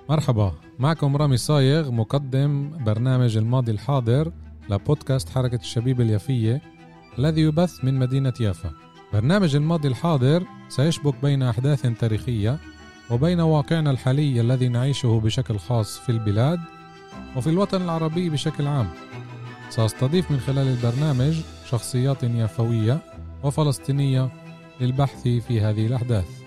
مرحبا، معكم رامي صايغ مقدم برنامج الماضي الحاضر لبودكاست حركة الشبيبة اليافية الذي يبث من مدينة يافا. برنامج الماضي الحاضر سيشبك بين أحداث تاريخية وبين واقعنا الحالي الذي نعيشه بشكل خاص في البلاد وفي الوطن العربي بشكل عام. سأستضيف من خلال البرنامج شخصيات يافوية وفلسطينية للبحث في هذه الأحداث.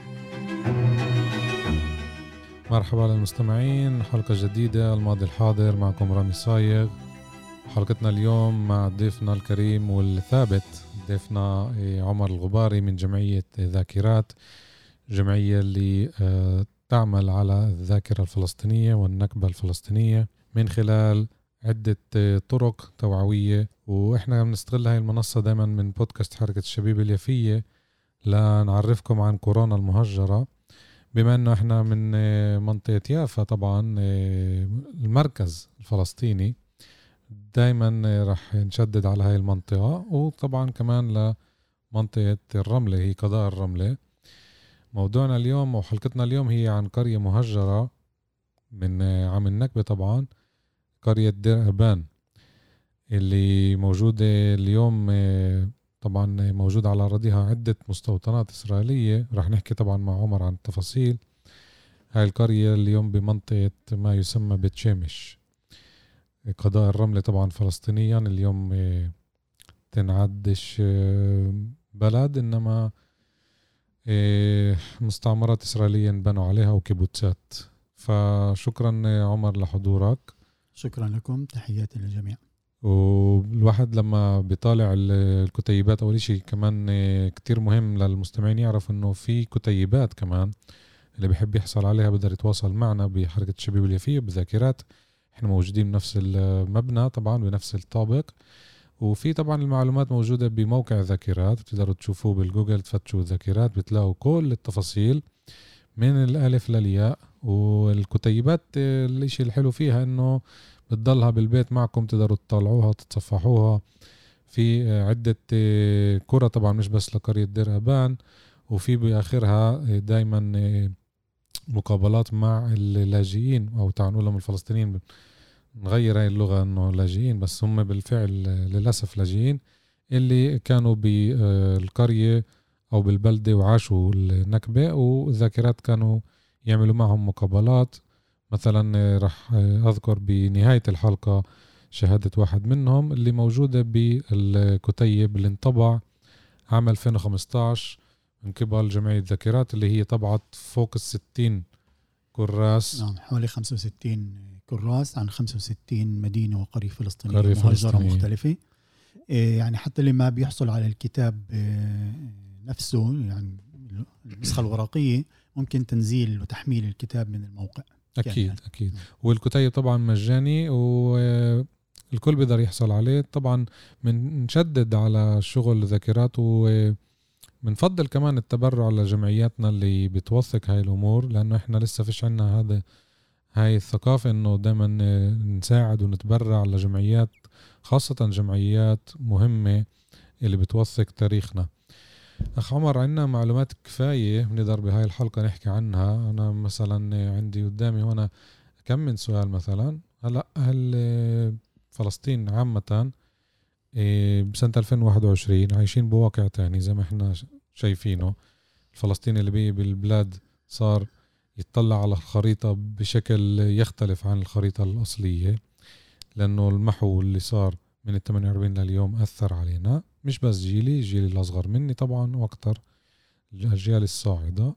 مرحبا للمستمعين، حلقة جديدة الماضي الحاضر، معكم رامي صايغ. حلقتنا اليوم مع ضيفنا الكريم والثابت، ضيفنا عمر الغباري من جمعية ذاكرات، جمعية اللي تعمل على الذاكرة الفلسطينية والنكبة الفلسطينية من خلال عدة طرق توعوية. وإحنا بنستغل هاي المنصة دايما من بودكاست حركة الشبيبة اليافية لنعرفكم عن كورونا المهجرة، بما أنه إحنا من منطقة يافا طبعا المركز الفلسطيني، دايما رح نشدد على هاي المنطقة، وطبعا كمان لمنطقة الرملة هي قضاء الرملة. موضوعنا اليوم وحلقتنا اليوم هي عن قرية مهجرة من عام النكبة، طبعا قرية دير أبان اللي موجودة اليوم، طبعا موجود على أراضيها عدة مستوطنات إسرائيلية. رح نحكي طبعا مع عمر عن التفاصيل. هاي القرية اليوم بمنطقة ما يسمى بيت شامش، قضاء الرملة طبعا فلسطينيا. اليوم تنعدش بلد، إنما مستعمرات إسرائيلية بنوا عليها وكيبوتسات. فشكرا عمر لحضورك. شكرا لكم، تحياتي للجميع. والواحد لما بيطالع الكتيبات أول شيء كمان كتير مهم للمستمعين يعرف إنه في كتيبات كمان اللي بيحب يحصل عليها بقدر يتواصل معنا بحركة الشبيبة اليافية بذاكرات. احنا موجودين بنفس المبنى طبعا بنفس الطابق، وفي طبعا المعلومات موجودة بموقع ذاكرات، بتقدروا تشوفوه بالجوجل، تفتشوا ذاكرات بتلاقوا كل التفاصيل من الألف للياء. والكتيبات الاشي الحلو فيها انه بتضلها بالبيت معكم، تقدروا تطلعوها وتتصفحوها. في عدة كرة طبعا مش بس لقرية دير أبان، وفي بآخرها دايما مقابلات مع اللاجئين، أو تعنوا لهم الفلسطينيين، نغير هاي اللغة انه لاجئين، بس هم بالفعل للأسف لاجئين اللي كانوا بالقرية أو بالبلدة وعاشوا النكبة، والذاكرات كانوا يعملوا معهم مقابلات. مثلا رح أذكر بنهاية الحلقة شهادة واحد منهم اللي موجودة بالكتيب اللي انطبع عام 2015 من قبل جمعية ذاكرات، اللي هي طبعت فوق 60 كراس. نعم، حوالي 65 كراس عن 65 مدينة وقرية فلسطينية مهجرة مختلفة. يعني حتى اللي ما بيحصل على الكتاب نفسه، يعني النسخة الورقية، ممكن تنزيل وتحميل الكتاب من الموقع. أكيد يعني. أكيد. والكتيب طبعا مجاني والكل بيقدر يحصل عليه. طبعا بنشدد على شغل ذاكرات، ومنفضل كمان التبرع لجمعياتنا اللي بتوثق هاي الأمور، لأنه إحنا لسه فيش عنا هاي الثقافة إنه دائما نساعد ونتبرع لجمعيات، خاصة جمعيات مهمة اللي بتوثق تاريخنا. أخ عمر، عنا معلومات كفاية بنقدر بهاي الحلقة نحكي عنها. أنا مثلا عندي قدامي هنا كم من سؤال. مثلا هلأ أهل فلسطين عامة بسنة 2021 عايشين بواقع تاني زي ما احنا شايفينه. الفلسطيني اللي بي بالبلاد صار يتطلع على الخريطة بشكل يختلف عن الخريطة الأصلية، لأنه المحو اللي صار من 48 لليوم أثر علينا، مش بس جيلي الأصغر مني طبعا وأكتر الأجيال الصاعدة.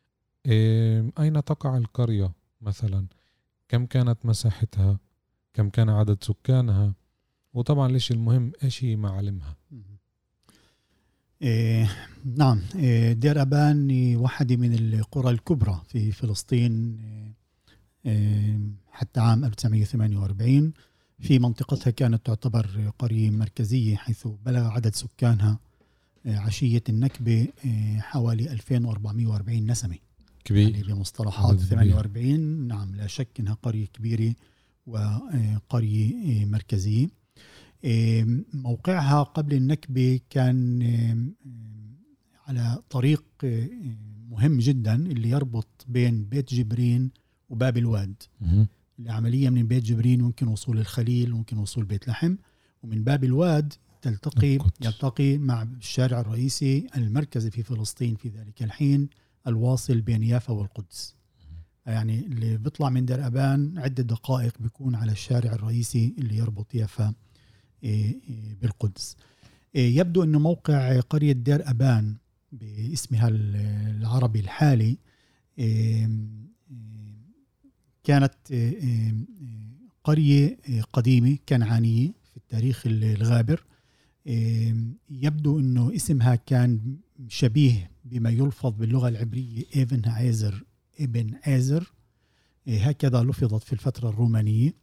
أين تقع القرية مثلا؟ كم كانت مساحتها؟ كم كان عدد سكانها؟ وطبعا ليش المهم إيش هي معالمها؟ نعم، دير أبان واحدة من القرى الكبرى في فلسطين حتى عام 1948. في منطقتها كانت تعتبر قرية مركزية، حيث بلغ عدد سكانها عشية النكبة حوالي 2440 نسمة. كبير يعني بمصطلحات 48. نعم، لا شك أنها قرية كبيرة وقرية مركزية. موقعها قبل النكبة كان على طريق مهم جدا اللي يربط بين بيت جبرين وباب الواد. العملية من بيت جبرين ممكن وصول الخليل، ممكن وصول بيت لحم، ومن باب الواد يلتقي مع الشارع الرئيسي المركزي في فلسطين في ذلك الحين الواصل بين يافا والقدس. يعني اللي بيطلع من دير أبان عدة دقائق بيكون على الشارع الرئيسي اللي يربط يافا بالقدس. يبدو أنه موقع قرية دير أبان باسمها العربي الحالي كانت قرية قديمة كنعانية في التاريخ الغابر. يبدو أنه اسمها كان شبيه بما يلفظ باللغة العبرية ابن عازر، هكذا لفظت في الفترة الرومانية.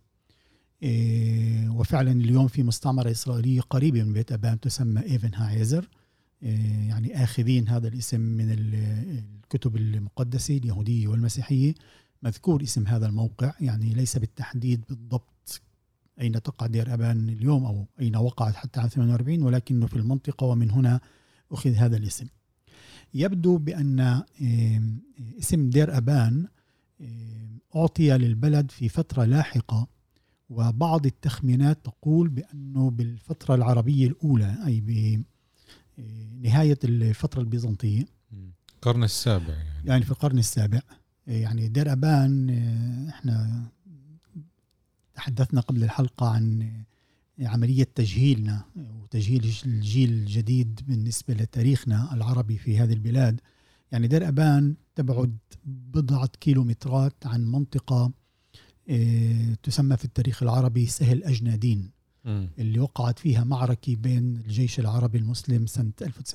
وفعلا اليوم في مستعمرة إسرائيلية قريبة من بيت أبان تسمى ابن عازر، يعني آخذين هذا الاسم من الكتب المقدسة اليهودية والمسيحية. مذكور اسم هذا الموقع، يعني ليس بالتحديد بالضبط أين تقع دير أبان اليوم أو أين وقعت حتى عام 48، ولكنه في المنطقة ومن هنا أخذ هذا الاسم. يبدو بأن اسم دير أبان أعطي للبلد في فترة لاحقة، وبعض التخمينات تقول بأنه بالفترة العربية الأولى، أي بنهاية الفترة البيزنطية، القرن السابع، يعني في القرن السابع. يعني دير أبان احنا تحدثنا قبل الحلقة عن عملية تجهيلنا وتجهيل الجيل الجديد بالنسبة لتاريخنا العربي في هذه البلاد. يعني دير أبان تبعد بضعة كيلومترات عن منطقة تسمى في التاريخ العربي سهل أجنادين، اللي وقعت فيها معركة بين الجيش العربي المسلم سنة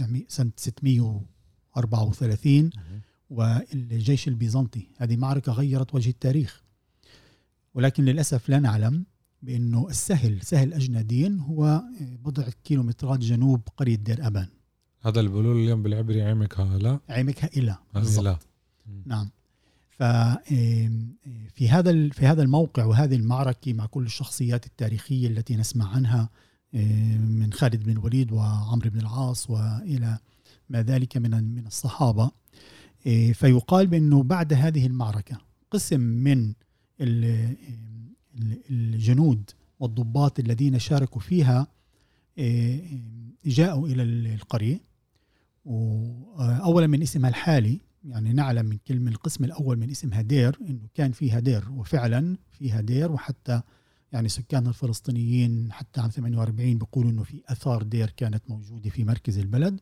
634 والجيش البيزنطي. هذه معركة غيرت وجه التاريخ، ولكن للأسف لا نعلم بأنه سهل أجنادين هو بضع كيلومترات جنوب قرية دير أبان. هذا اللي بيقولوا اليوم بالعبري عمك هائلة. بالضبط. نعم. ففي هذا الموقع وهذه المعركة مع كل الشخصيات التاريخية التي نسمع عنها من خالد بن الوليد وعمرو بن العاص وإلى ما ذلك من الصحابة، فيقال بأنه بعد هذه المعركة قسم من الجنود والضباط الذين شاركوا فيها جاءوا إلى القرية. وأولا من اسمها الحالي، يعني نعلم من كلمة القسم الأول من اسمها دير إنه كان فيها دير، وفعلا فيها دير، وحتى يعني سكان الفلسطينيين حتى عام 48 بيقولوا إنه في أثار دير كانت موجودة في مركز البلد.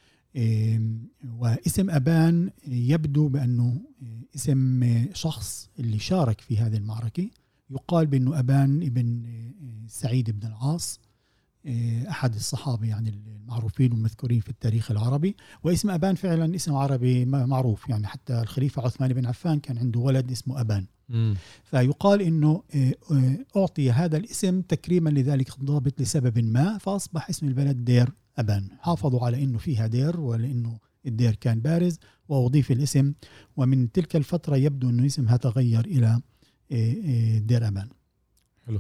واسم أبان يبدو بأنه اسم شخص اللي شارك في هذه المعركة. يقال بأنه أبان ابن سعيد بن العاص، أحد الصحابة يعني المعروفين والمذكورين في التاريخ العربي. واسم أبان فعلا اسم عربي معروف، يعني حتى الخليفة عثمان بن عفان كان عنده ولد اسمه أبان. فيقال إنه أعطي هذا الاسم تكريما لذلك الضابط لسبب ما، فأصبح اسم البلد دير أبان. حافظوا على إنه فيها دير ولأنه الدير كان بارز وأضيف الاسم، ومن تلك الفترة يبدو أنه اسمها تغير إلى دير أبان. حلو.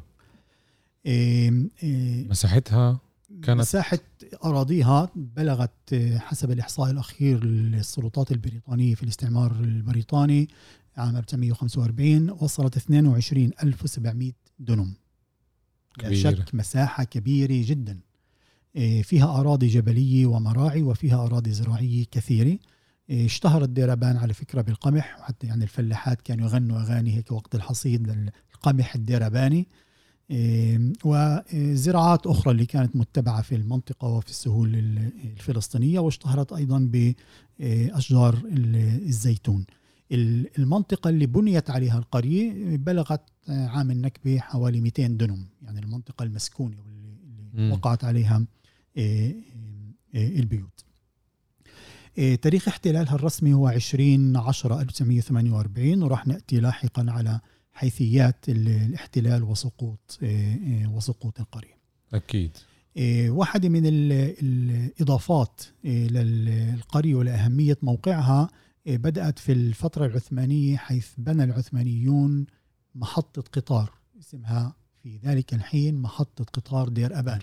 مساحتها كانت، مساحة أراضيها بلغت حسب الإحصاء الأخير للسلطات البريطانية في الاستعمار البريطاني عام 1945 وصلت 22,700 دنم. لا شك مساحة كبيرة جدا، فيها أراضي جبلية ومراعي، وفيها أراضي زراعية كثيرة. اشتهرت دير أبان على فكرة بالقمح، وحتى يعني الفلاحات كانوا يغنوا أغاني هيك وقت الحصيد للقمح الدير أباني، وزراعات أخرى اللي كانت متبعة في المنطقة وفي السهول الفلسطينية. واشتهرت أيضا بأشجار الزيتون. المنطقة اللي بنيت عليها القرية بلغت عام النكبة حوالي 200 دنم، يعني المنطقة المسكونة اللي وقعت عليها البيوت. تاريخ احتلالها الرسمي هو 20/10/1948، وراح نأتي لاحقا على حيثيات الاحتلال وسقوط القرية. أكيد. واحدة من الإضافات للقرية ولأهمية موقعها بدأت في الفترة العثمانية، حيث بنى العثمانيون محطة قطار اسمها في ذلك الحين محطة قطار دير أبان.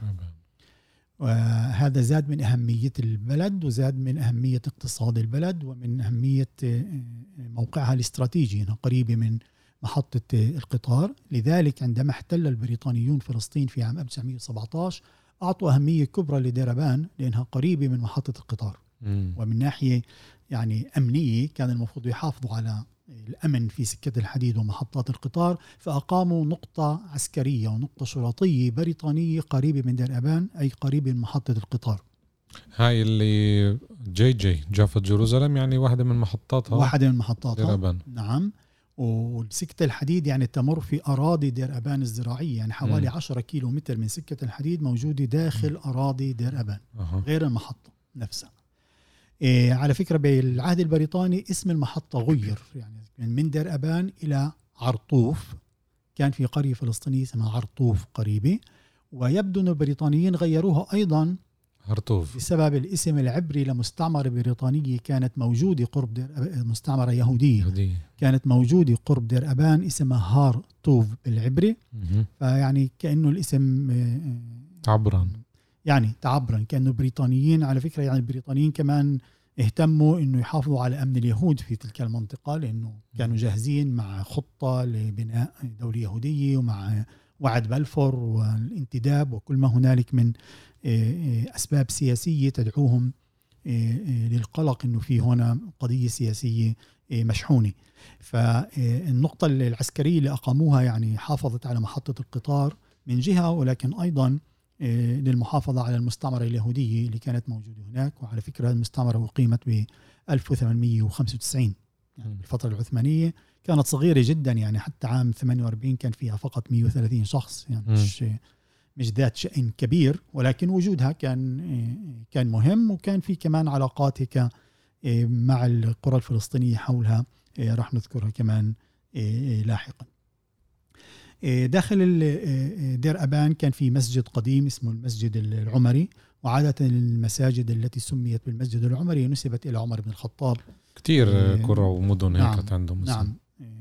وهذا زاد من أهمية البلد، وزاد من أهمية اقتصاد البلد، ومن أهمية موقعها الاستراتيجي، قريبة محطة القطار. لذلك عندما احتل البريطانيون فلسطين في عام 1917 أعطوا أهمية كبرى لدير أبان لأنها قريبة من محطة القطار. ومن ناحية يعني أمنية كان المفروض يحافظوا على الأمن في سكة الحديد ومحطات القطار، فأقاموا نقطة عسكرية ونقطة شرطية بريطانية قريبة من دير أبان، أي قريبة من محطة القطار. هاي اللي جي جافة جيروزالم، يعني واحدة من محطاتها دير أبان. نعم. وسكة الحديد يعني تمر في أراضي دير أبان الزراعية، يعني حوالي 10 كيلو متر من سكة الحديد موجودة داخل أراضي دير أبان غير المحطة نفسها. على فكرة بالعهد البريطاني اسم المحطة غير، يعني من دير أبان إلى عرطوف. كان في قرية فلسطينية اسمها عرطوف قريبة، ويبدو أن البريطانيين غيروها أيضا عرطوف بسبب الاسم العبري لمستعمرة بريطانية كانت موجودة قرب دير مستعمرة يهودية كانت موجودة قرب دير أبان اسمها هار طوف بالعبري. فيعني كأنه الاسم تعبرا كأنه البريطانيين، على فكرة يعني البريطانيين كمان اهتموا انه يحافظوا على امن اليهود في تلك المنطقة، لانه كانوا جاهزين مع خطة لبناء دولة يهودية ومع وعد بلفور والانتداب وكل ما هنالك من أسباب سياسية تدعوهم للقلق إنه في هنا قضية سياسية مشحونة. فالنقطة العسكرية اللي أقاموها يعني حافظت على محطة القطار من جهة، ولكن أيضا للمحافظة على المستعمرة اليهودية اللي كانت موجودة هناك. وعلى فكرة المستعمرة أقيمت ب 1895 يعني بالفترة العثمانية، كانت صغيرة جدا، يعني حتى عام 48 كان فيها فقط 130 شخص، يعني مش ذات شأن كبير، ولكن وجودها كان مهم. وكان في كمان علاقات هيك مع القرى الفلسطينية حولها راح نذكرها كمان لاحقا. داخل دير أبان كان في مسجد قديم اسمه المسجد العمري، وعادة المساجد التي سميت بالمسجد العمري نسبت إلى عمر بن الخطاب. كتير قرى ومدن هيك عندهم. نعم.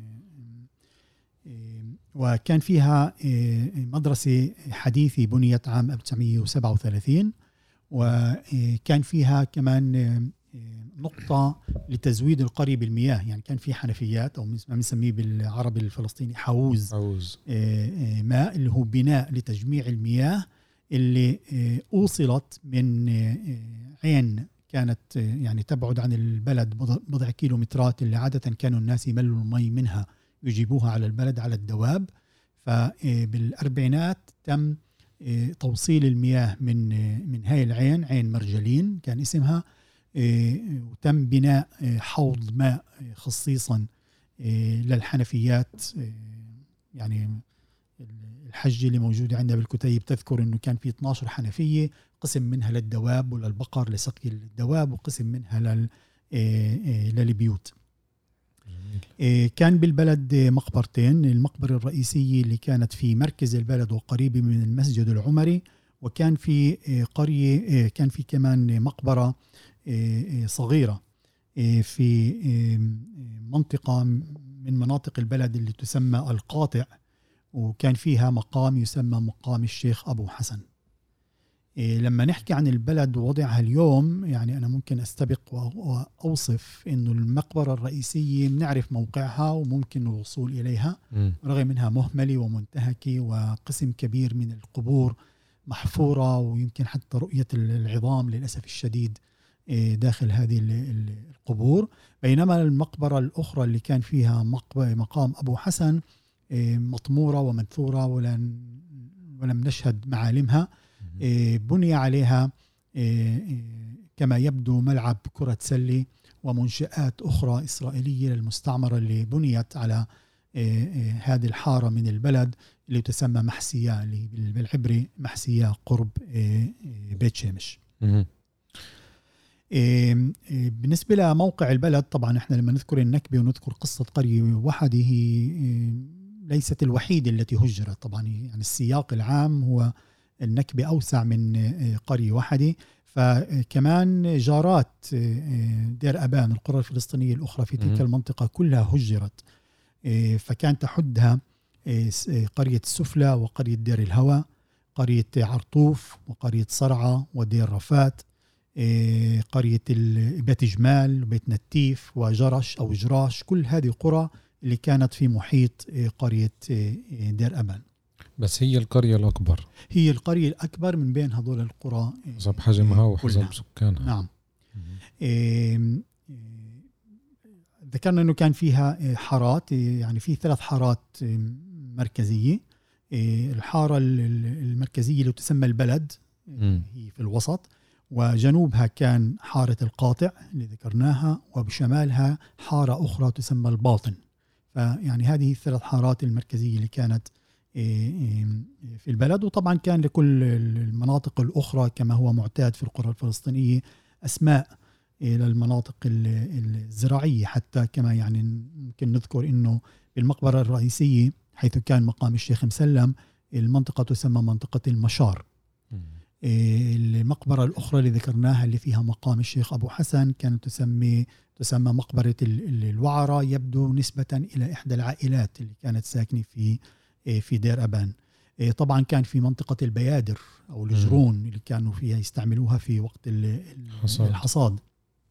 وكان فيها مدرسة حديثة بنيت عام 1937، وكان فيها كمان نقطة لتزويد القرية بالمياه، يعني كان في حنفيات أو ما بنسميه بالعربي الفلسطيني حوز ماء، اللي هو بناء لتجميع المياه اللي أوصلت من عين كانت يعني تبعد عن البلد بضع كيلومترات، اللي عادة كانوا الناس يملوا المي منها يجيبوها على البلد على الدواب. فبالأربعينات تم توصيل المياه من هاي العين، عين مرجلين كان اسمها، وتم بناء حوض ماء خصيصا للحنفيات. يعني الحجة اللي موجودة عندنا بالكتيب تذكر أنه كان في 12 حنفية، قسم منها للدواب وللبقر لسقي الدواب، وقسم منها للبيوت. كان بالبلد مقبرتين، المقبرة الرئيسية اللي كانت في مركز البلد وقريبة من المسجد العمري، وكان في قرية كان في كمان مقبرة صغيرة في منطقة من مناطق البلد اللي تسمى القاطع، وكان فيها مقام يسمى مقام الشيخ أبو حسن. لما نحكي عن البلد ووضعها اليوم، يعني أنا ممكن أستبق وأوصف إنه المقبرة الرئيسية بنعرف موقعها وممكن الوصول إليها، رغم أنها مهملة ومنتهكة، وقسم كبير من القبور محفورة، ويمكن حتى رؤية العظام للأسف الشديد داخل هذه القبور. بينما المقبرة الأخرى اللي كان فيها مقام أبو حسن مطمورة ومنثورة ولم نشهد معالمها. بني عليها كما يبدو ملعب كرة سلة ومنشآت أخرى إسرائيلية للمستعمرة اللي بنيت على هذه الحارة من البلد اللي تسمى محسية، اللي بالعبري محسية قرب بيت شمش. بالنسبة لموقع البلد، طبعا احنا لما نذكر النكبة ونذكر قصة قرية وحدة، هي ليست الوحيدة التي هجرت. طبعا يعني السياق العام هو النكبة أوسع من قرية واحدة، فكمان جارات دير أبان القرى الفلسطينية الأخرى في تلك المنطقة كلها هجرت. فكان تحدها قرية السفلى وقرية دير الهوى، قرية عرطوف وقرية صرعة ودير رفات، قرية بيت جمال وبيت نتيف وجرش أو جراش. كل هذه قرى اللي كانت في محيط قرية دير أبان. بس هي القرية الأكبر، هي القرية الأكبر من بين هذول القرى حسب حجمها وحسب سكانها. نعم. ذكرنا أنه كان فيها حارات، يعني في 3 حارات مركزية. الحارة المركزية اللي تسمى البلد هي في الوسط، وجنوبها كان حارة القاطع اللي ذكرناها، وبشمالها حارة أخرى تسمى الباطن. فيعني هذه 3 حارات المركزية اللي كانت في البلد. وطبعا كان لكل المناطق الأخرى كما هو معتاد في القرى الفلسطينية أسماء للمناطق الزراعية، حتى كما يعني ممكن نذكر إنه بالمقبرة الرئيسية حيث كان مقام الشيخ مسلم المنطقة تسمى منطقة المشار. المقبرة الأخرى اللي ذكرناها اللي فيها مقام الشيخ أبو حسن كانت تسمى مقبرة الوعرة، يبدو نسبة إلى إحدى العائلات اللي كانت ساكنة في دير أبان. طبعا كان في منطقة البيادر أو الجرون اللي كانوا فيها يستعملوها في وقت الحصاد.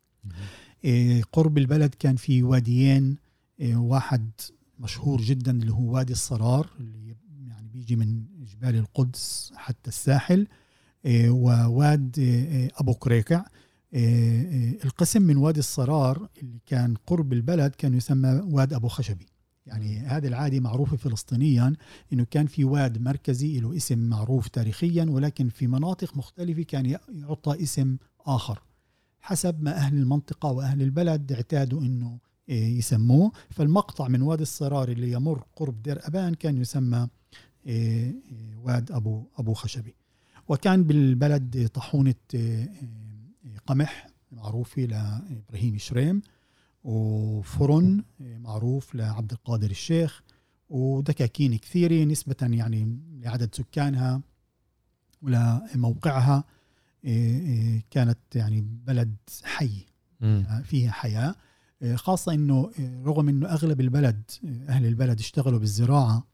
قرب البلد كان في واديين، واحد مشهور جدا اللي هو وادي الصرار اللي يعني بيجي من جبال القدس حتى الساحل، وواد أبو كريكع. القسم من وادي الصرار اللي كان قرب البلد كان يسمى واد أبو خشبي. يعني هذه العادة معروفة فلسطينيا إنه كان في واد مركزي له اسم معروف تاريخيا، ولكن في مناطق مختلفة كان يعطى اسم آخر حسب ما أهل المنطقة وأهل البلد اعتادوا إنه يسموه. فالمقطع من وادي الصرار اللي يمر قرب دير أبان كان يسمى واد أبو خشبي. وكان بالبلد طاحونة قمح معروفة لإبراهيم شريم، وفرن معروف لعبد القادر الشيخ، ودكاكين كثيرة نسبة يعني لعدد سكانها ولموقعها. كانت يعني بلد حي فيها حياة، خاصة إنه رغم إنه أغلب البلد أهل البلد اشتغلوا بالزراعة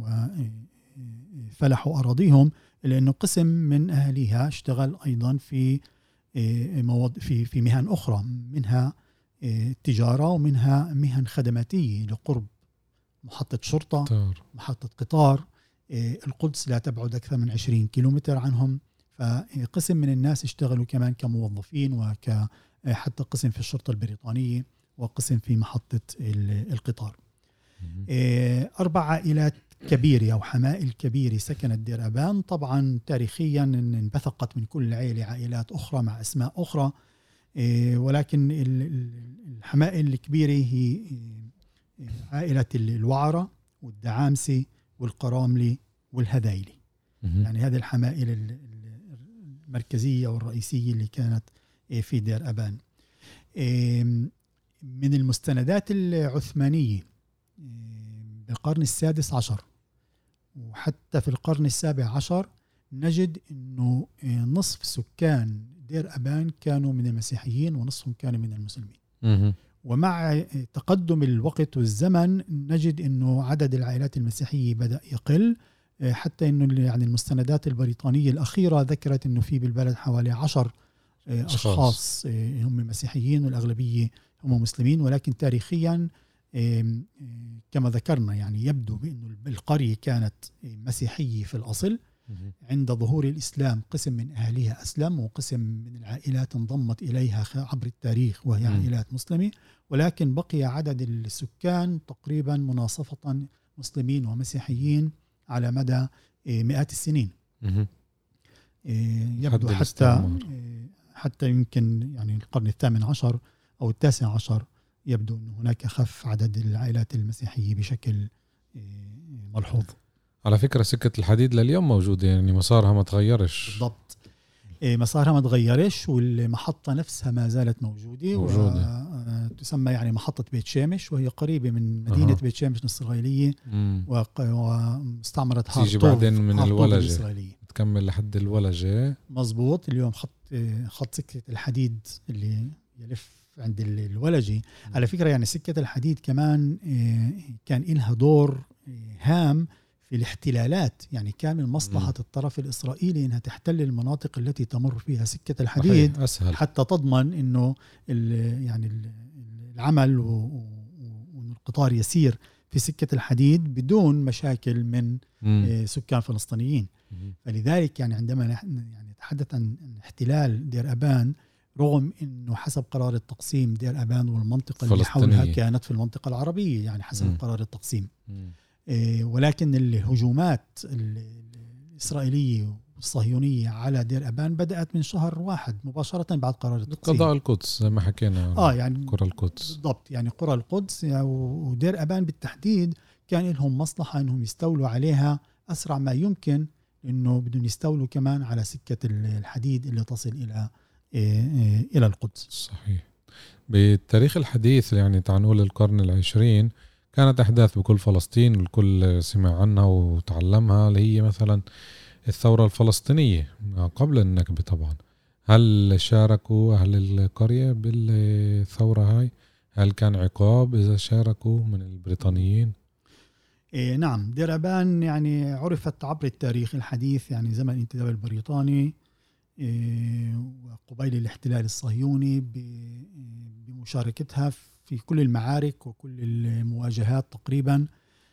وفلحوا أراضيهم، لأنه قسم من أهلها اشتغل أيضا في مهن أخرى، منها التجارة ومنها مهن خدماتية لقرب محطة شرطة، محطة قطار. القدس لا تبعد أكثر من 20 كيلومتر عنهم، فقسم من الناس اشتغلوا كمان كموظفين حتى قسم في الشرطة البريطانية وقسم في محطة القطار. 4 عائلات كبيرة أو حمائل كبيرة سكنت دير أبان. طبعا تاريخيا انبثقت من كل عائلة عائلات أخرى مع أسماء أخرى، ولكن الحمائل الكبيرة هي عائلة الوعرة والدعامسي والقراملي والهذايلي. يعني هذه الحمائل المركزية والرئيسية اللي كانت في دير أبان. من المستندات العثمانية بالقرن 16 وحتى في القرن 17 نجد أنه نصف سكان دير أبان كانوا من المسيحيين ونصفهم كانوا من المسلمين. ومع تقدم الوقت والزمن نجد أنه عدد العائلات المسيحية بدأ يقل، حتى أنه يعني المستندات البريطانية الأخيرة ذكرت أنه في بالبلد حوالي 10 أشخاص هم مسيحيين والأغلبية هم مسلمين. ولكن تاريخيا كما ذكرنا يعني يبدو بأن القرية كانت مسيحية في الأصل. عند ظهور الإسلام قسم من أهلها أسلم، وقسم من العائلات انضمت إليها عبر التاريخ وهي عائلات مسلمة، ولكن بقي عدد السكان تقريبا مناصفة مسلمين ومسيحيين على مدى مئات السنين. يبدو حتى يمكن يعني القرن 18 أو 19 يبدو أن هناك خف عدد العائلات المسيحية بشكل ملحوظ. على فكرة سكة الحديد لليوم موجودة، يعني مسارها ما تغيرش. بالضبط، مسارها ما تغيرش، والمحطة نفسها ما زالت موجودة. وتسمى يعني محطة بيت شامش، وهي قريبة من مدينة بيت شامش الإسرائيلية، ومستعمرة تيجي بعدين من الولجة تكمل لحد الولجة. مزبوط. اليوم خط سكة الحديد اللي يلف عند الولجة. على فكرة يعني سكة الحديد كمان كان إلها دور هام في الاحتلالات. يعني كان من مصلحة الطرف الإسرائيلي أنها تحتل المناطق التي تمر فيها سكة الحديد أسهل، حتى تضمن أنه يعني العمل وأن القطار يسير في سكة الحديد بدون مشاكل من سكان فلسطينيين. فلذلك يعني عندما يعني نتحدث عن احتلال دير أبان، رغم أنه حسب قرار التقسيم دير أبان والمنطقة اللي حولها كانت في المنطقة العربية يعني حسب قرار التقسيم، ولكن الهجومات الإسرائيلية والصهيونية على دير أبان بدأت من شهر 1 مباشرة بعد قرار التقسيم. قضاء القدس زي ما حكينا، يعني قرى القدس بالضبط، يعني قرى القدس ودير أبان بالتحديد كان لهم مصلحة أنهم يستولوا عليها أسرع ما يمكن، إنه بدهم يستولوا كمان على سكة الحديد اللي تصل إلى القدس. صحيح. بالتاريخ الحديث يعني تعنقول القرن العشرين كانت أحداث بكل فلسطين الكل سمع عنها وتعلمها، اللي هي مثلا الثورة الفلسطينية قبل النكبة طبعا. هل شاركوا أهل القرية بالثورة هاي؟ هل كان عقاب إذا شاركوا من البريطانيين؟ نعم، دير أبان يعني عرفت عبر التاريخ الحديث يعني زمن الانتداب البريطاني وقبيل الاحتلال الصهيوني بمشاركتها في كل المعارك وكل المواجهات تقريبا.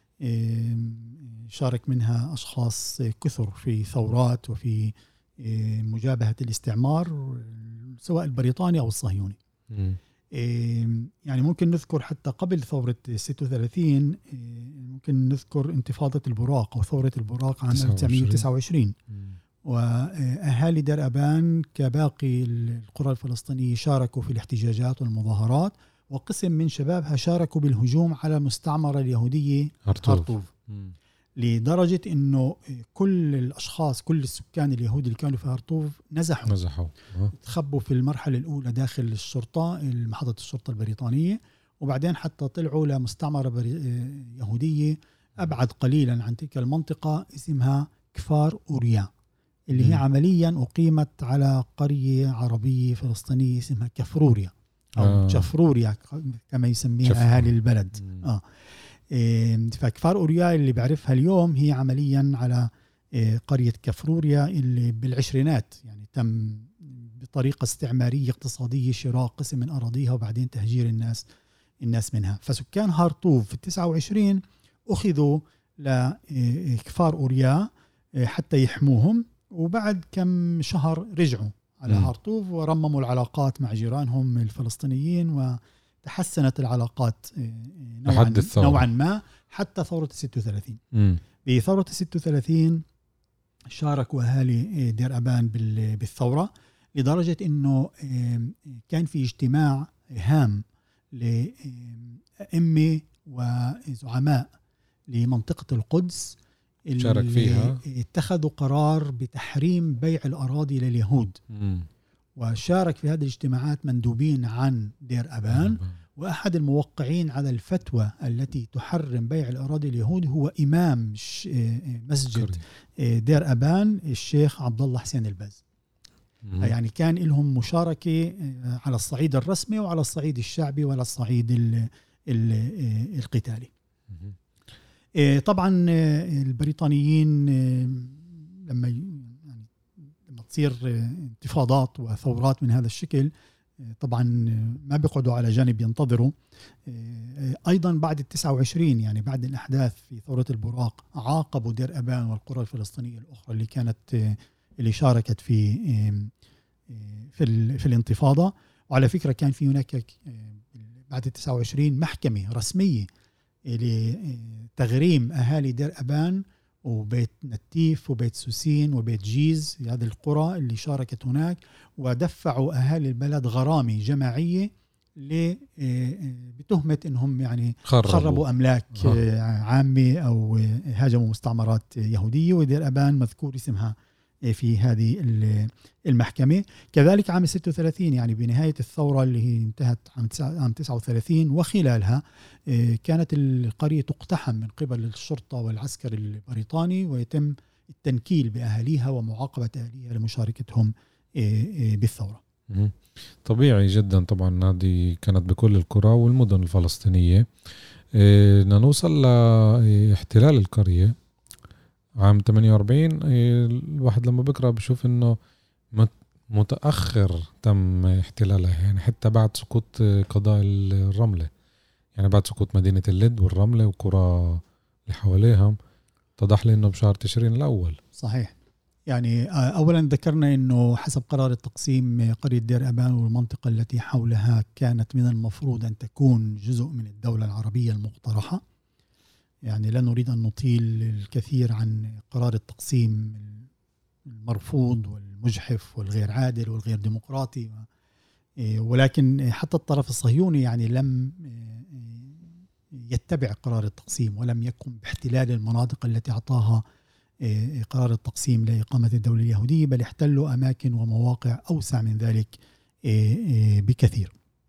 شارك منها أشخاص كثر في ثورات وفي مجابهة الاستعمار سواء البريطاني أو الصهيوني. يعني ممكن نذكر حتى قبل ثورة 36 ممكن نذكر انتفاضة البراق أو ثورة البراق عام 1929. وأهالي دير أبان كباقي القرى الفلسطينية شاركوا في الاحتجاجات والمظاهرات، وقسم من شبابها شاركوا بالهجوم على المستعمرة اليهودية هرطوف، لدرجة أنه كل الأشخاص كل السكان اليهود اللي كانوا في هرطوف نزحوا تخبوا في المرحلة الأولى داخل الشرطة محطة الشرطة البريطانية، وبعدين حتى طلعوا لمستعمرة يهودية أبعد قليلا عن تلك المنطقة اسمها كفار أوريا، اللي هي عمليا أقيمت على قرية عربية فلسطينية اسمها كفروريا أو جفروريا كما يسميها أهالي البلد. فكفار أوريا اللي بعرفها اليوم هي عمليا على قرية كفروريا اللي بالعشرينات يعني تم بطريقة استعمارية اقتصادية شراء قسم من أراضيها وبعدين تهجير الناس منها. فسكان هرطوف في 29 أخذوا لكفار أوريا حتى يحموهم، وبعد كم شهر رجعوا على هرطوف ورمموا العلاقات مع جيرانهم الفلسطينيين، وتحسنت العلاقات نوعا ما حتى ثورة 36. بثورة 36 شاركوا أهالي دير أبان بالثورة، لدرجة أنه كان في اجتماع هام لأئمة وزعماء لمنطقة القدس شارك فيها، اتخذوا قرار بتحريم بيع الأراضي لليهود. وشارك في هذه الاجتماعات مندوبين عن دير أبان، وأحد الموقعين على الفتوى التي تحرم بيع الأراضي اليهود هو إمام مسجد دير أبان الشيخ عبد الله حسين الباز. يعني كان لهم مشاركة على الصعيد الرسمي وعلى الصعيد الشعبي وعلى الصعيد القتالي. طبعا البريطانيين لما تصير انتفاضات وثورات من هذا الشكل طبعا ما بيقعدوا على جانب ينتظروا. أيضا بعد 29 يعني بعد الأحداث في ثورة البراق عاقبوا دير أبان والقرى الفلسطينية الأخرى اللي شاركت في الانتفاضة. وعلى فكرة كان في هناك بعد 29 محكمة رسمية لتغريم أهالي دير أبان وبيت نتيف وبيت سوسين وبيت جيز، هذه القرى اللي شاركت هناك، ودفعوا أهالي البلد غرامة جماعية بتهمة إنهم يعني خربوا أملاك عامة أو هاجموا مستعمرات يهودية. ودير أبان مذكور اسمها في هذه المحكمة. كذلك عام 36 يعني بنهاية الثورة اللي هي انتهت عام 39 وخلالها كانت القرية تقتحم من قبل الشرطة والعسكر البريطاني، ويتم التنكيل بأهاليها ومعاقبة أهاليها لمشاركتهم بالثورة. طبيعي جدا طبعا، هذه كانت بكل القرى والمدن الفلسطينية. نوصل لاحتلال القرية عام 48. الواحد لما بقرأ بشوف انه متأخر تم احتلالها، يعني حتى بعد سقوط قضاء الرملة. يعني بعد سقوط مدينة اللد والرملة وقرى اللي حواليهم اتضح لي انه بشهر تشرين الاول. صحيح. يعني اولا ذكرنا انه حسب قرار التقسيم قرية دير ابان والمنطقة التي حولها كانت من المفروض ان تكون جزء من الدولة العربية المقترحة. يعني لا نريد ان نطيل الكثير عن قرار التقسيم المرفوض والمجحف والغير عادل والغير ديمقراطي، ولكن حتى الطرف الصهيوني يعني لم يتبع قرار التقسيم ولم يقم باحتلال المناطق التي أعطاها قرار التقسيم لإقامة الدولة اليهودية، بل احتلوا أماكن ومواقع أوسع من ذلك بكثير.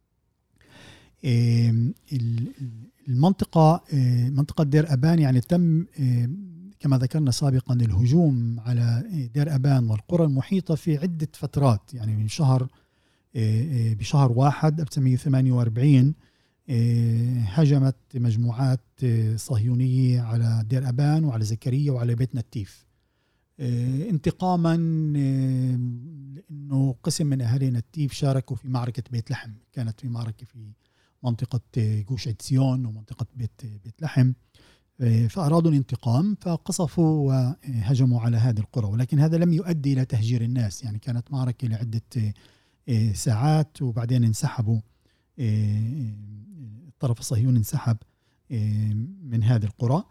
المنطقة منطقة دير أبان يعني تم كما ذكرنا سابقا الهجوم على دير أبان والقرى المحيطة في عدة فترات، يعني من بشهر 1 1948 هجمت مجموعات صهيونية على دير أبان وعلى زكريا وعلى بيت نتيف انتقاما لأنه قسم من أهالي نتيف شاركوا في معركة بيت لحم. كانت في معركة في منطقة جوش عدسيون ومنطقة بيت لحم، فأرادوا الانتقام فقصفوا وهجموا على هذه القرى، ولكن هذا لم يؤدي إلى تهجير الناس. يعني كانت معركة لعدة ساعات وبعدين انسحبوا، الطرف الصهيوني انسحب من هذه القرى،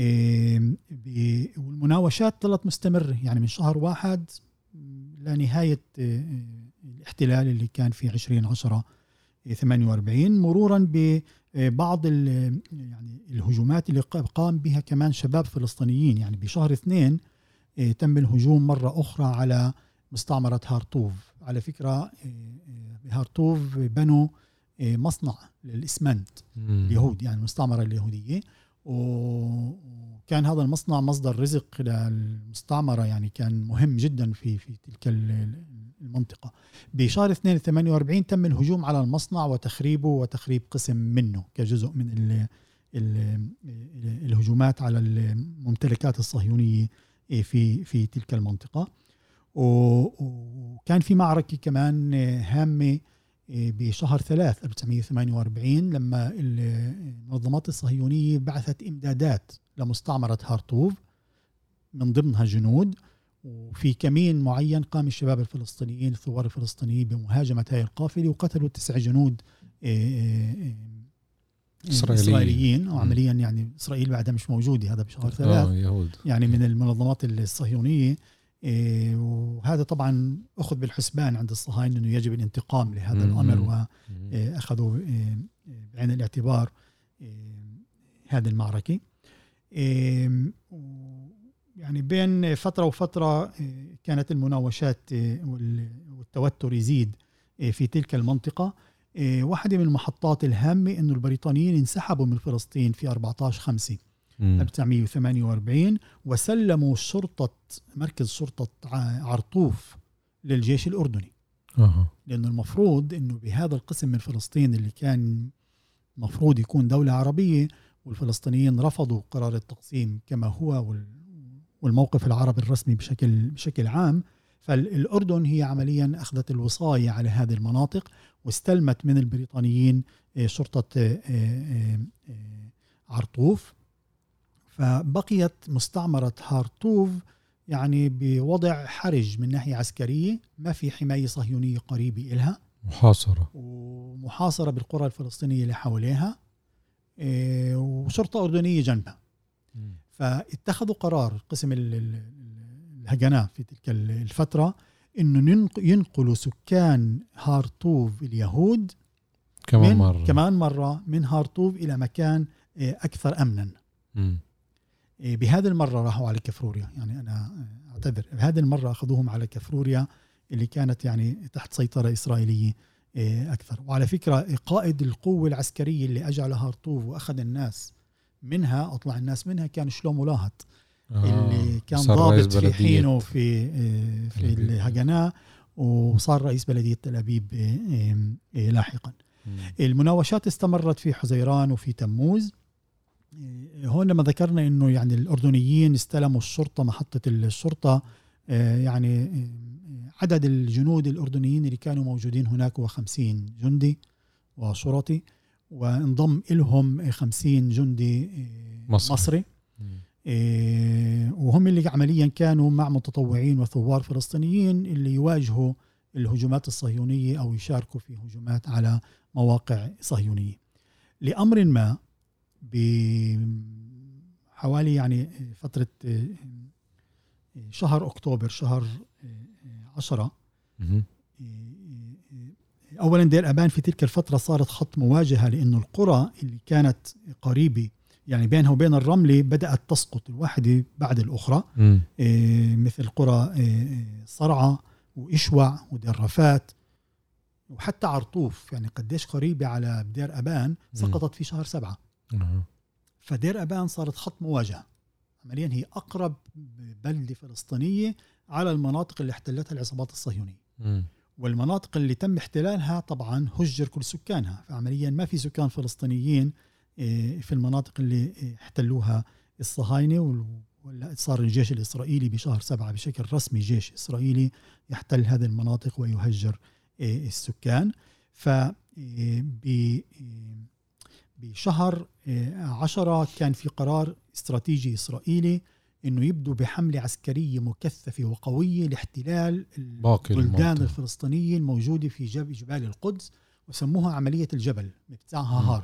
والمناوشات ظلت مستمرة يعني من شهر 1 لنهاية الاحتلال اللي كان في 20/10/48، مرورا ببعض يعني الهجومات اللي قام بها كمان شباب فلسطينيين. يعني بشهر 2 تم الهجوم مرة أخرى على مستعمرة هارطوف. على فكرة بهارطوف بنوا مصنع للإسمنت اليهود، يعني المستعمرة اليهودية، وكان هذا المصنع مصدر رزق للمستعمرة، يعني كان مهم جدا في تلك المنطقة. بشهر 2/48 تم الهجوم على المصنع وتخريبه وتخريب قسم منه كجزء من الهجومات على الممتلكات الصهيونية في تلك المنطقة. وكان في معركة كمان هامة بشهر 3 1948 لما المنظمات الصهيونية بعثت إمدادات لمستعمرة هارطوف من ضمنها جنود، وفي كمين معين قام الشباب الفلسطينيين الثوار الفلسطينيين بمهاجمة هذه القافلة وقتلوا 9 جنود إسرائيليين. وعمليا يعني إسرائيل بعدها مش موجودة، هذا بشهر 3 يعني من المنظمات الصهيونية. وهذا طبعا أخذ بالحسبان عند الصهاينة أنه يجب الانتقام لهذا الأمر، وأخذوا بعين الاعتبار هذه المعركة. يعني بين فترة وفترة كانت المناوشات والتوتر يزيد في تلك المنطقة. واحدة من المحطات الهامة أنه البريطانيين انسحبوا من فلسطين في 14/5/1948 وسلموا مركز شرطة عرطوف للجيش الأردني. لأنه المفروض أنه بهذا القسم من فلسطين اللي كان مفروض يكون دولة عربية، والفلسطينيين رفضوا قرار التقسيم كما هو والموقف العربي الرسمي بشكل عام، فالأردن هي عمليا أخذت الوصاية على هذه المناطق واستلمت من البريطانيين شرطة عرطوف. فبقيت مستعمرة هارطوف يعني بوضع حرج من ناحية عسكرية، ما في حماية صهيونية قريبة إلها، ومحاصرة بالقرى الفلسطينية اللي حواليها، وشرطة أردنية جنبها. فاتخذوا قرار قسم الهجنة في تلك الفترة إنه ينقلوا سكان هارطوف اليهود كمان مرة من هارطوف إلى مكان أكثر أمنا. بهذه المرة راحوا على كفروريا، يعني أنا أعتذر، بهذه المرة أخذوهم على كفروريا اللي كانت يعني تحت سيطرة إسرائيلية أكثر. وعلى فكرة قائد القوة العسكرية اللي أجى على هارطوف وأخذ الناس منها، أطلع الناس منها، كان شلومو لاهط اللي كان ضابط في حينه في الهجنة، وصار رئيس بلدية تل أبيب لاحقا. المناوشات استمرت في حزيران وفي تموز. هون لما ذكرنا إنه يعني الأردنيين استلموا الشرطة، محطة الشرطة، يعني عدد الجنود الأردنيين اللي كانوا موجودين هناك هو 50 جندي وشرطي، وانضم إلهم 50 جندي مصري. وهم اللي عمليا كانوا مع متطوعين وثوار فلسطينيين اللي يواجهوا الهجمات الصهيونية أو يشاركوا في هجمات على مواقع صهيونية. لأمر ما بحوالي يعني فترة شهر أكتوبر، شهر 10، أولا دير أبان في تلك الفترة صارت خط مواجهة، لأنه القرى اللي كانت قريبة يعني بينها وبين الرملة بدأت تسقط الواحدة بعد الأخرى، مثل قرى صرعة وإشوع ودير رفات وحتى عرطوف، يعني قديش قريبة على دير أبان سقطت في شهر 7. فدير أبان صارت خط مواجهة عمليا، هي أقرب بلدة فلسطينية على المناطق اللي احتلتها العصابات الصهيونية. والمناطق اللي تم احتلالها طبعا هجر كل سكانها، فعمليا ما في سكان فلسطينيين في المناطق اللي احتلوها الصهاينة. صار الجيش الإسرائيلي بشهر 7 بشكل رسمي جيش إسرائيلي يحتل هذه المناطق ويهجر السكان. بشهر 10 كان في قرار استراتيجي إسرائيلي إنه يبدو بحملة عسكرية مكثفة وقوية لاحتلال البلدان الفلسطينية الموجودة في جبال القدس، وسموها عملية الجبل بتاعها هار.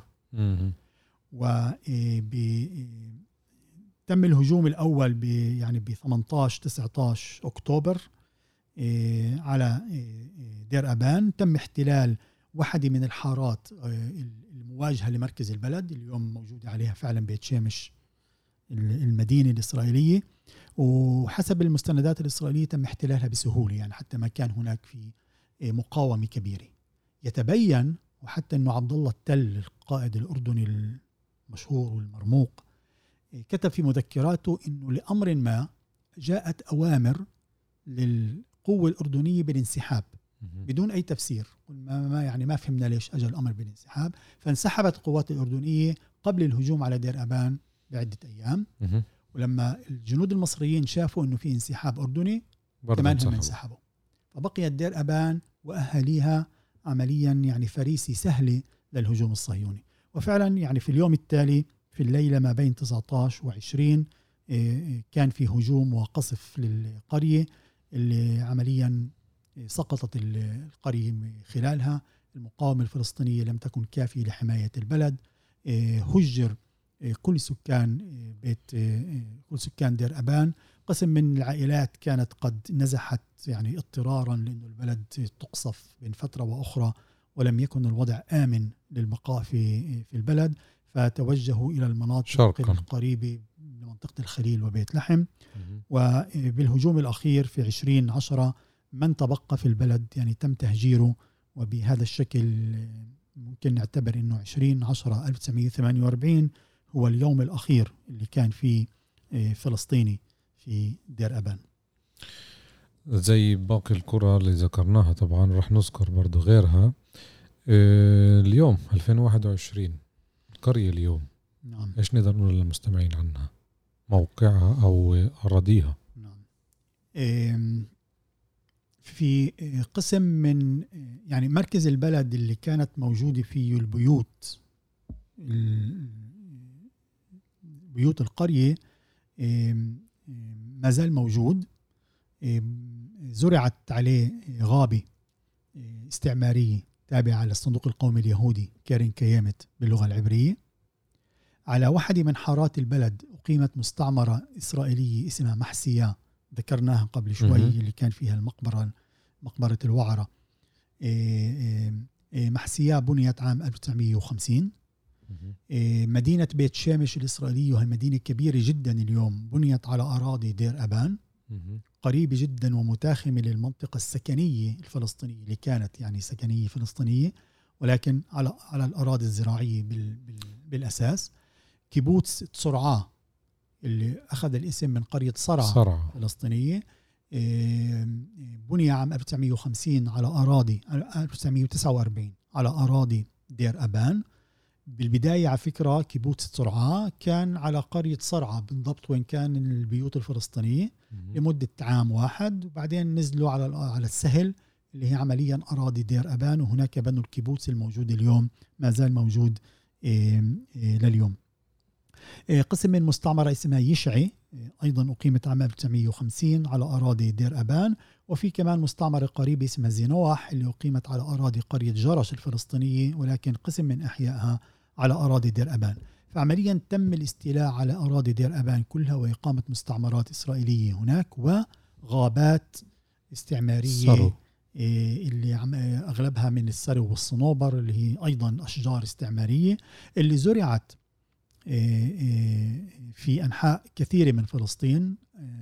تم الهجوم الأول يعني ب 18-19 أكتوبر على دير أبان. تم احتلال واحدة من الحارات المواجهة لمركز البلد، اليوم موجودة عليها فعلا بيت شامش المدينة الإسرائيلية، وحسب المستندات الإسرائيلية تم احتلالها بسهولة، يعني حتى ما كان هناك في مقاومة كبيرة. يتبين وحتى أنه عبد الله التل القائد الأردني المشهور والمرموق كتب في مذكراته أنه لأمر ما جاءت أوامر للقوة الأردنية بالانسحاب بدون أي تفسير، ما فهمنا ليش أجى الأمر بالانسحاب. فانسحبت القوات الأردنية قبل الهجوم على دير أبان بعدة أيام. ولما الجنود المصريين شافوا أنه في انسحاب أردني كمان هم انسحبوا، فبقيت دير أبان وأهاليها عمليا يعني فريسة سهلة للهجوم الصهيوني. وفعلا يعني في اليوم التالي في الليلة ما بين 19 و20 كان في هجوم وقصف للقرية اللي عمليا سقطت القرية خلالها. المقاومة الفلسطينية لم تكن كافية لحماية البلد. هجر كل سكان كل سكان دير أبان. قسم من العائلات كانت قد نزحت يعني اضطرارا، لأن البلد تقصف بين فترة وأخرى ولم يكن الوضع آمن للبقاء في البلد، فتوجهوا إلى المناطق القريبة لمنطقة الخليل وبيت لحم. وبالهجوم الأخير في 2010 من تبقى في البلد يعني تم تهجيره. وبهذا الشكل ممكن نعتبر أنه 20/10/1948 هو اليوم الأخير اللي كان فيه فلسطيني في دير أبان. زي باقي القرى اللي ذكرناها طبعا رح نذكر برضو غيرها. اليوم 2021 القرية اليوم، نعم. إيش نقدر نقول للمستمعين عنها، موقعها أو أراضيها؟ نعم. في قسم من يعني مركز البلد اللي كانت موجودة فيه بيوت القرية ما زال موجود. زرعت عليه غابة استعمارية تابعة للصندوق القومي اليهودي كارين كيامت باللغة العبرية. على واحدة من حارات البلد أقيمت مستعمرة إسرائيلية اسمها محسية، ذكرناها قبل شوي، اللي كان فيها مقبرة الوعرة. محسية بنيت عام 1950. مدينة بيت شامش الإسرائيلية وهي مدينة كبيرة جدا اليوم، بنيت على أراضي دير أبان، قريبة جدا ومتاخمة للمنطقة السكنية الفلسطينية اللي كانت يعني سكنية فلسطينية، ولكن على الأراضي الزراعية بالأساس. كيبوتس صرعاء اللي أخذ الاسم من قرية صرعاء فلسطينية بني عام 1950 على أراضي 1949 على أراضي دير أبان. بالبداية على فكرة كيبوتس صرعاء كان على قرية صرعاء بالضبط وين كان البيوت الفلسطينية لمدة عام واحد، وبعدين نزلوا على السهل اللي هي عمليا أراضي دير أبان، وهناك بنوا الكيبوتس الموجود اليوم ما زال موجود لليوم. قسم من مستعمرة اسمها يشعي أيضا أقيمت عام 1950 على أراضي دير أبان، وفي كمان مستعمرة قريبة اسمها زينوح اللي أقيمت على أراضي قرية جرش الفلسطينية، ولكن قسم من أحيائها على أراضي دير أبان. فعمليا تم الاستيلاء على أراضي دير أبان كلها وإقامة مستعمرات إسرائيلية هناك وغابات استعمارية اللي أغلبها من السرو والصنوبر اللي هي أيضا أشجار استعمارية اللي زرعت في أنحاء كثيرة من فلسطين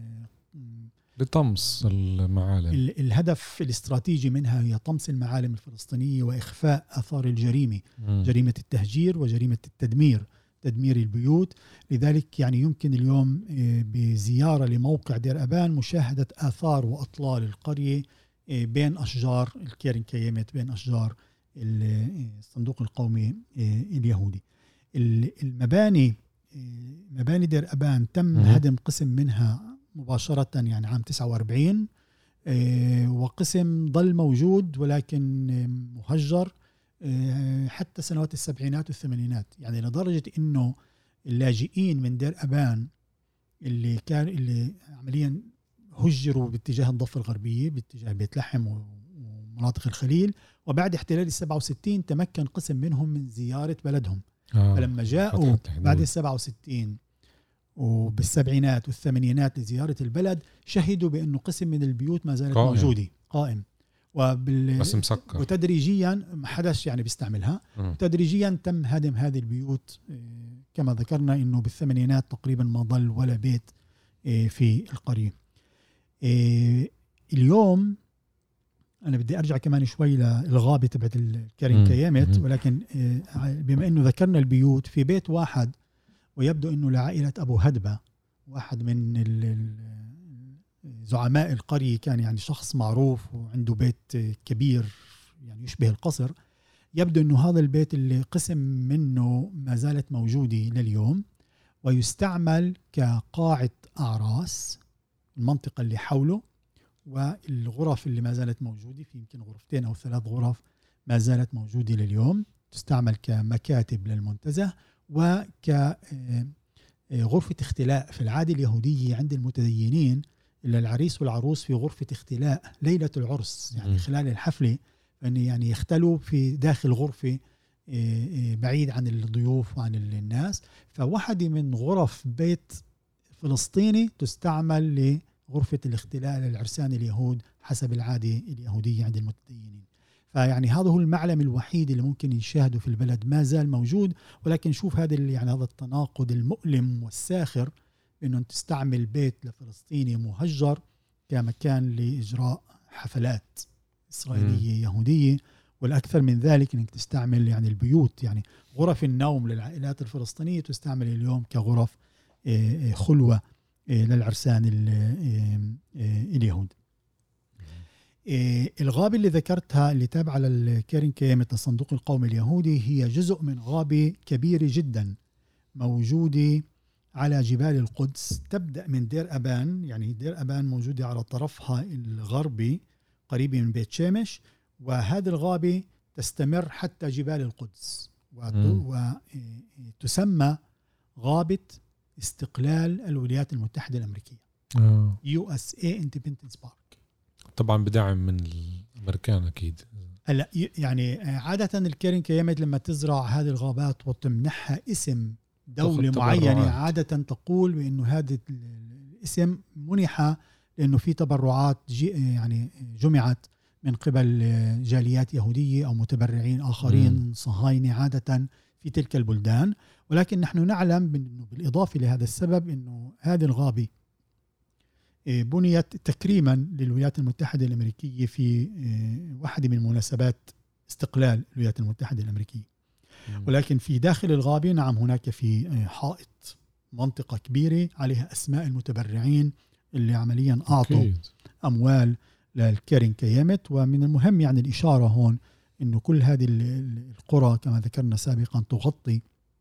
لطمس المعالم. الهدف الاستراتيجي منها هي طمس المعالم الفلسطينية وإخفاء آثار الجريمة، جريمة التهجير وجريمة التدمير، تدمير البيوت. لذلك يعني يمكن اليوم بزيارة لموقع دير أبان مشاهدة آثار وأطلال القرية بين أشجار الكيرن كيامت، بين أشجار الصندوق القومي اليهودي. المباني مباني دير أبان تم هدم قسم منها مباشرة يعني عام 49، وقسم ظل موجود ولكن مهجر حتى سنوات السبعينات والثمانينات، يعني لدرجة إنه اللاجئين من دير أبان اللي عمليا هجروا باتجاه الضفة الغربية باتجاه بيت لحم ومناطق الخليل، وبعد احتلال 67 تمكن قسم منهم من زيارة بلدهم. فلما جاءوا بعد 67 وبالسبعينات والثمانينات لزيارة البلد شهدوا بأنه قسم من البيوت ما زالت موجودة قائم بس مسكر، وتدريجيا ما حدش يعني بيستعملها. تدريجيا تم هدم هذه البيوت كما ذكرنا إنه بالثمانينات تقريبا ما ظل ولا بيت في القرية. اليوم أنا بدي أرجع كمان شوي للغابة تبعت الكيرن كيامت، ولكن بما إنه ذكرنا البيوت، في بيت واحد ويبدو إنه لعائلة أبو هدبة، واحد من زعماء القرية، كان يعني شخص معروف وعنده بيت كبير يعني يشبه القصر. يبدو إنه هذا البيت اللي قسم منه ما زالت موجودة لليوم ويستعمل كقاعة أعراس المنطقة اللي حوله، والغرف اللي ما زالت موجودة، في يمكن 2 أو 3 غرف ما زالت موجودة لليوم، تستعمل كمكاتب للمنتزه وكغرفة اختلاء. في العادة اليهودية عند المتدينين إلا العريس والعروس في غرفة اختلاء ليلة العرس، يعني خلال الحفلة أن يعني يختلوا في داخل غرفة بعيد عن الضيوف وعن الناس. فواحدة من غرف بيت فلسطيني تستعمل لغرفة الاختلاء للعرسان اليهود حسب العادة اليهودية عند المتدينين. فيعني هذا هو المعلم الوحيد اللي ممكن يشاهده في البلد ما زال موجود. ولكن شوف هذا يعني هذا التناقض المؤلم والساخر، إنه تستعمل بيت لفلسطيني مهجر كمكان لإجراء حفلات إسرائيلية يهودية، والأكثر من ذلك إنك تستعمل يعني البيوت، يعني غرف النوم للعائلات الفلسطينية تستعمل اليوم كغرف خلوة للعرسان اليهود. الغابة اللي ذكرتها اللي تابعة للكيرن كيامت الصندوق القومي اليهودي هي جزء من غابة كبيرة جدا موجودة على جبال القدس، تبدأ من دير أبان. يعني دير أبان موجودة على طرفها الغربي قريبة من بيت شمش، وهذه الغابة تستمر حتى جبال القدس وتسمى غابة استقلال الولايات المتحدة الأمريكية USA Independence Park. طبعا بدعم من الأمريكان أكيد. هلا يعني عادة الكيرن كيامت لما تزرع هذه الغابات وتمنحها اسم دولة معينة عادة تقول بأنه هذا الاسم منح لأنه في تبرعات يعني جمعت من قبل جاليات يهودية أو متبرعين آخرين صهاينة عادة في تلك البلدان. ولكن نحن نعلم بالإضافة لهذا السبب أنه هذه الغابة بنيت تكريما للولايات المتحدة الأمريكية في واحدة من مناسبات استقلال الولايات المتحدة الأمريكية. ولكن في داخل الغابة نعم هناك في حائط منطقة كبيرة عليها أسماء المتبرعين اللي عمليا أعطوا أموال للكيرن كيامت. ومن المهم يعني الإشارة هون إنه كل هذه القرى كما ذكرنا سابقا تغطي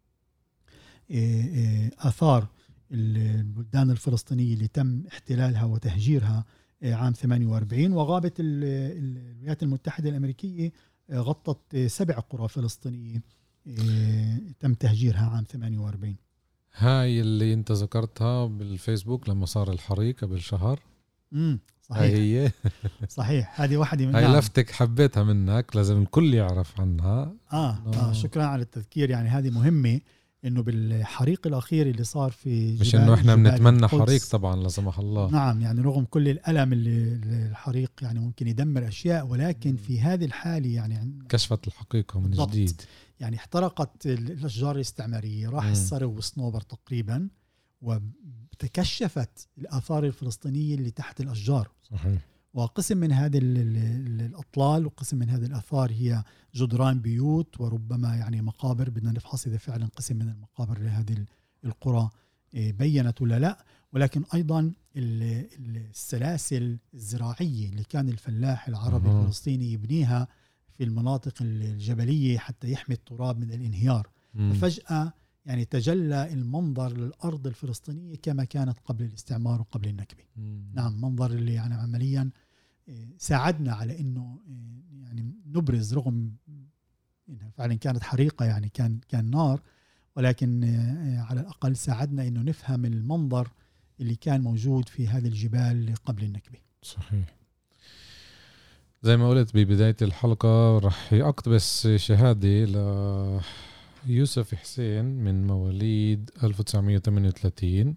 آثار البلدان الفلسطينية اللي تم احتلالها وتهجيرها عام 48. وغابة الولايات المتحدة الأمريكية غطت 7 قرى فلسطينية تم تهجيرها عام 48. هاي اللي انت ذكرتها بالفيسبوك لما صار الحريق قبل شهر. صحيح. هي صحيح، هذه واحدة من هاي لفتك حبيتها منك، لازم الكل يعرف عنها. شكرا على التذكير. يعني هذه مهمة، انه بالحريق الاخير اللي صار في مش انه احنا بنتمنى حريق طبعا لا سمح الله. نعم، يعني رغم كل الالم اللي الحريق يعني ممكن يدمر اشياء، ولكن في هذه الحالة يعني كشفت الحقيقة من جديد. يعني احترقت الاشجار الاستعمارية، راح السرو والصنوبر تقريبا، وتكشفت الآثار الفلسطينية اللي تحت الأشجار. صحيح. وقسم من هذه الأطلال وقسم من هذه الآثار هي جدران بيوت، وربما يعني مقابر. بدنا نفحص إذا فعلا قسم من المقابر لهذه القرى بينت ولا لا. ولكن أيضا السلاسل الزراعية اللي كان الفلاح العربي الفلسطيني يبنيها في المناطق الجبلية حتى يحمي التراب من الانهيار. ففجأة يعني تجلى المنظر للأرض الفلسطينية كما كانت قبل الاستعمار وقبل النكبة. نعم، منظر اللي يعني عمليا ساعدنا على إنه يعني نبرز، رغم إنها فعلا كانت حريقة، يعني كان نار، ولكن على الأقل ساعدنا إنه نفهم المنظر اللي كان موجود في هذه الجبال قبل النكبة. صحيح. زي ما قلت ببداية الحلقة رح أقتبس شهادة ليوسف حسين من مواليد 1938.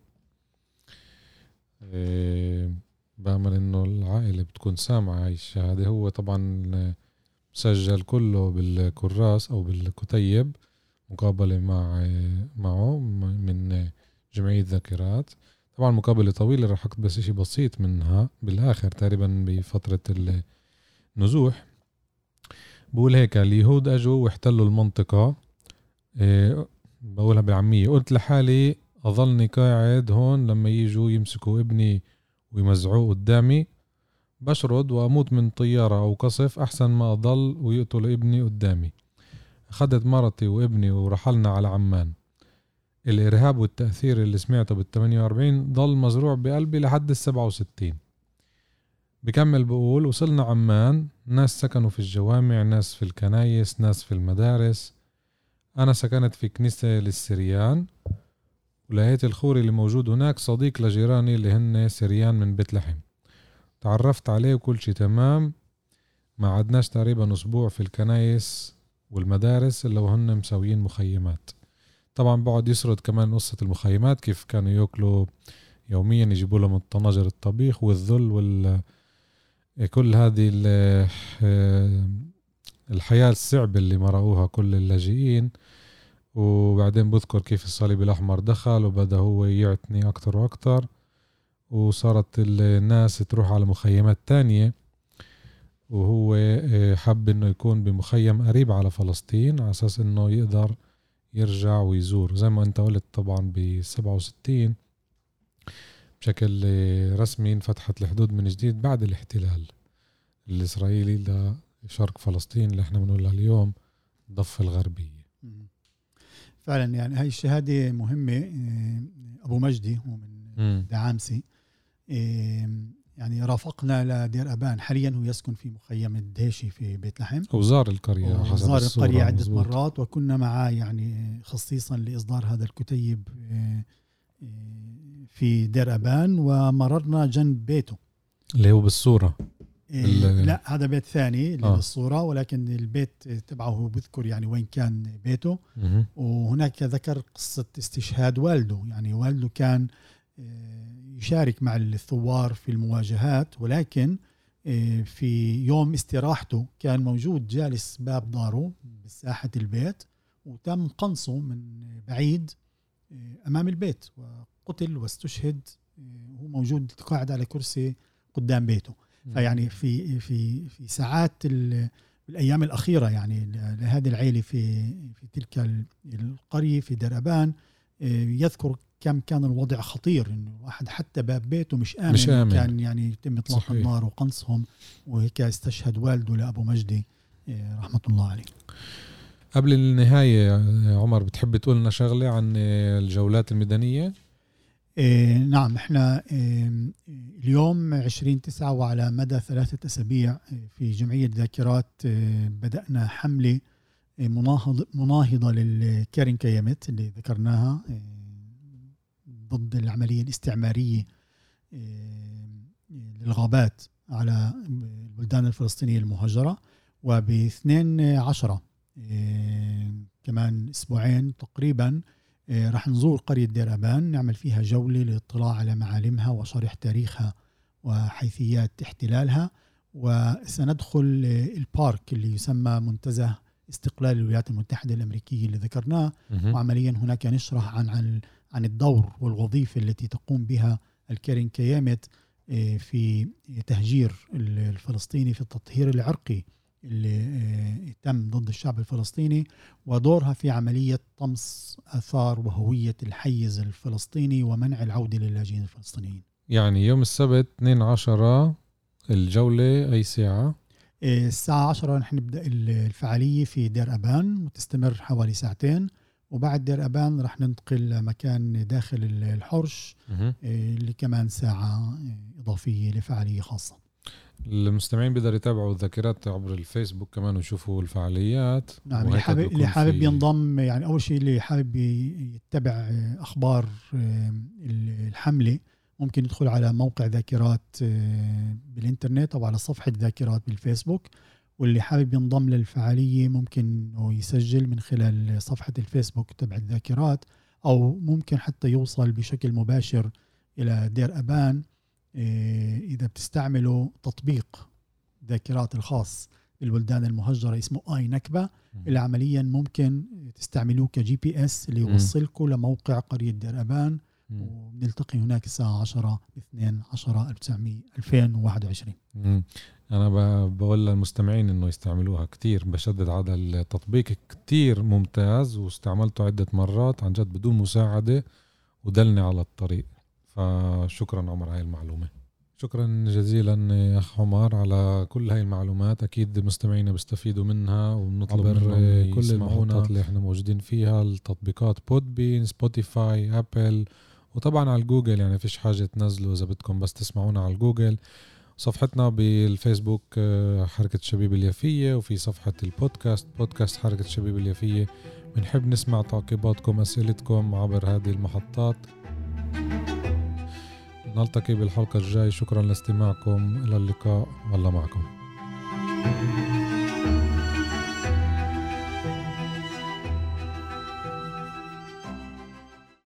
بأمل إنه العائلة بتكون سامعة هاي الشهادة. هو طبعا مسجل كله بالكراس أو بالكتيب، مقابلة معه من جمعية ذاكرات. طبعا مقابلة طويلة، رح أقتبس إشي بسيط منها بالآخر تقريبا بفترة النزوح. بقول هيك: اليهود أجوا واحتلوا المنطقة. بقولها بالعامية: قلت لحالي أظلني قاعد هون لما يجوا يمسكوا ابني ويمزعوه قدامي، بشرد وأموت من طيارة أو قصف أحسن ما أضل ويقتل ابني قدامي. أخذت مرتي وابني ورحلنا على عمان. الإرهاب والتأثير اللي سمعته بال48 ضل مزروع بقلبي لحد ال67. بكمل بقول: وصلنا عمان، ناس سكنوا في الجوامع، ناس في الكنايس، ناس في المدارس. أنا سكنت في كنيسة للسريان، ولقيت الخوري اللي موجود هناك صديق لجيراني اللي هن سريان من بيت لحم. تعرفت عليه وكل شي تمام. ما عدناش تقريبا أسبوع في الكنايس والمدارس إلا وهن مسويين مخيمات. طبعا بعد يسرد كمان قصة المخيمات، كيف كانوا يأكلوا يوميا، يجيبوا لهم الطناجر الطبيخ والذل كل هذه الحياة الصعبة اللي مرقوها كل اللاجئين. وبعدين بذكر كيف الصليب الأحمر دخل وبدأ هو يعتني أكتر وأكتر، وصارت الناس تروح على مخيمات تانية، وهو حب إنه يكون بمخيم قريب على فلسطين على أساس إنه يقدر يرجع ويزور. زي ما أنت قلت طبعا ب67 بشكل رسمي انفتحت الحدود من جديد بعد الاحتلال الإسرائيلي لشرق فلسطين اللي احنا بنقولها اليوم الضفة الغربية. فعلا يعني هاي الشهادة مهمة. أبو مجدي هو من دعامسي، يعني رافقنا لدير أبان. حاليا هو يسكن في مخيم الدهشي في بيت لحم، وزار القرية زار القرية عدة مرات، وكنا معاه يعني خصيصا لإصدار هذا الكتيب في دير أبان، ومررنا جنب بيته اللي هو بالصورة. لا، هذا بيت ثاني اللي بالصورة، ولكن البيت تبعه هو بذكر يعني وين كان بيته. وهناك ذكر قصة استشهاد والده. يعني والده كان يشارك مع الثوار في المواجهات، ولكن في يوم استراحته كان موجود جالس باب داره بساحة البيت، وتم قنصه من بعيد أمام البيت، وقتل واستشهد وهو موجود قاعد على كرسي قدام بيته. فيعني في ساعات الأيام الأخيرة يعني لهذه العائلة في تلك القرية في دير أبان يذكر كم كان الوضع خطير، إنه واحد حتى باب بيته مش آمن. كان يعني يتم إطلاق النار وقنصهم، وهيك استشهد والده لأبو مجدي رحمة الله عليه. قبل النهاية عمر، بتحب تقول لنا شغلة عن الجولات الميدانية؟ نعم، احنا اليوم 20/9 وعلى مدى 3 أسابيع في جمعية ذاكرات بدأنا حملة مناهضة للكارين كيامت اللي ذكرناها ضد العملية الاستعمارية للغابات على البلدان الفلسطينية المهجرة. وب12 كمان أسبوعين تقريبا رح نزور قرية دير أبان، نعمل فيها جولة للاطلاع على معالمها وشرح تاريخها وحيثيات احتلالها. وسندخل البارك اللي يسمى منتزه استقلال الولايات المتحدة الأمريكية اللي ذكرناه. وعمليا هناك نشرح عن الدور والوظيفة التي تقوم بها الكارين كيامت في تهجير الفلسطيني، في التطهير العرقي اللي تم ضد الشعب الفلسطيني، ودورها في عملية طمس آثار وهوية الحيز الفلسطيني ومنع العودة للاجئين الفلسطينيين. يعني يوم السبت 12 الجولة أي ساعة؟ الساعة 10 نحن نبدأ الفعالية في دير أبان وتستمر حوالي ساعتين، وبعد دير أبان رح ننتقل لمكان داخل الحرش اللي كمان ساعة إضافية لفعالية خاصة. المستمعين بيقدروا يتابعوا الذاكرات عبر الفيسبوك كمان ويشوفوا الفعاليات. نعم، اللي حابب ينضم، يعني أول شيء اللي حابب يتبع أخبار الحملة ممكن يدخل على موقع ذاكرات بالإنترنت أو على صفحة ذاكرات بالفيسبوك، واللي حابب ينضم للفعالية ممكن يسجل من خلال صفحة الفيسبوك تبع الذاكرات، أو ممكن حتى يوصل بشكل مباشر إلى دير أبان إذا بتستعملوا تطبيق ذاكرات الخاص بالبلدان المهجرة اسمه آي نكبة، اللي عمليا ممكن تستعملوه كGPS اللي يوصلكم لموقع قرية دير أبان. ونلتقي هناك الساعة 10/12/2021. أنا بقول للمستمعين إنه يستعملوها كتير، بشدد على التطبيق كتير ممتاز، واستعملته عدة مرات عن جد بدون مساعدة ودلني على الطريق. فشكرا عمر هاي المعلومة. شكرا جزيلا أخ عمر على كل هاي المعلومات. أكيد مستمعينا بيستفيدوا منها، ونطلب منهم كل المحطات اللي احنا موجودين فيها، التطبيقات بودبين، سبوتيفاي، أبل، وطبعا على الجوجل. يعني فيش حاجة تنزلوا إذا بدكم بس تسمعونا على الجوجل. صفحتنا بالفيسبوك حركة الشبيب اليافية، وفي صفحة بودكاست حركة الشبيب اليافية. بنحب نسمع تعقيباتكم، أسئلتكم عبر هذه المحطات. نلتقي بالحلقة الجاي. شكرا لاستماعكم، إلى اللقاء والله معكم.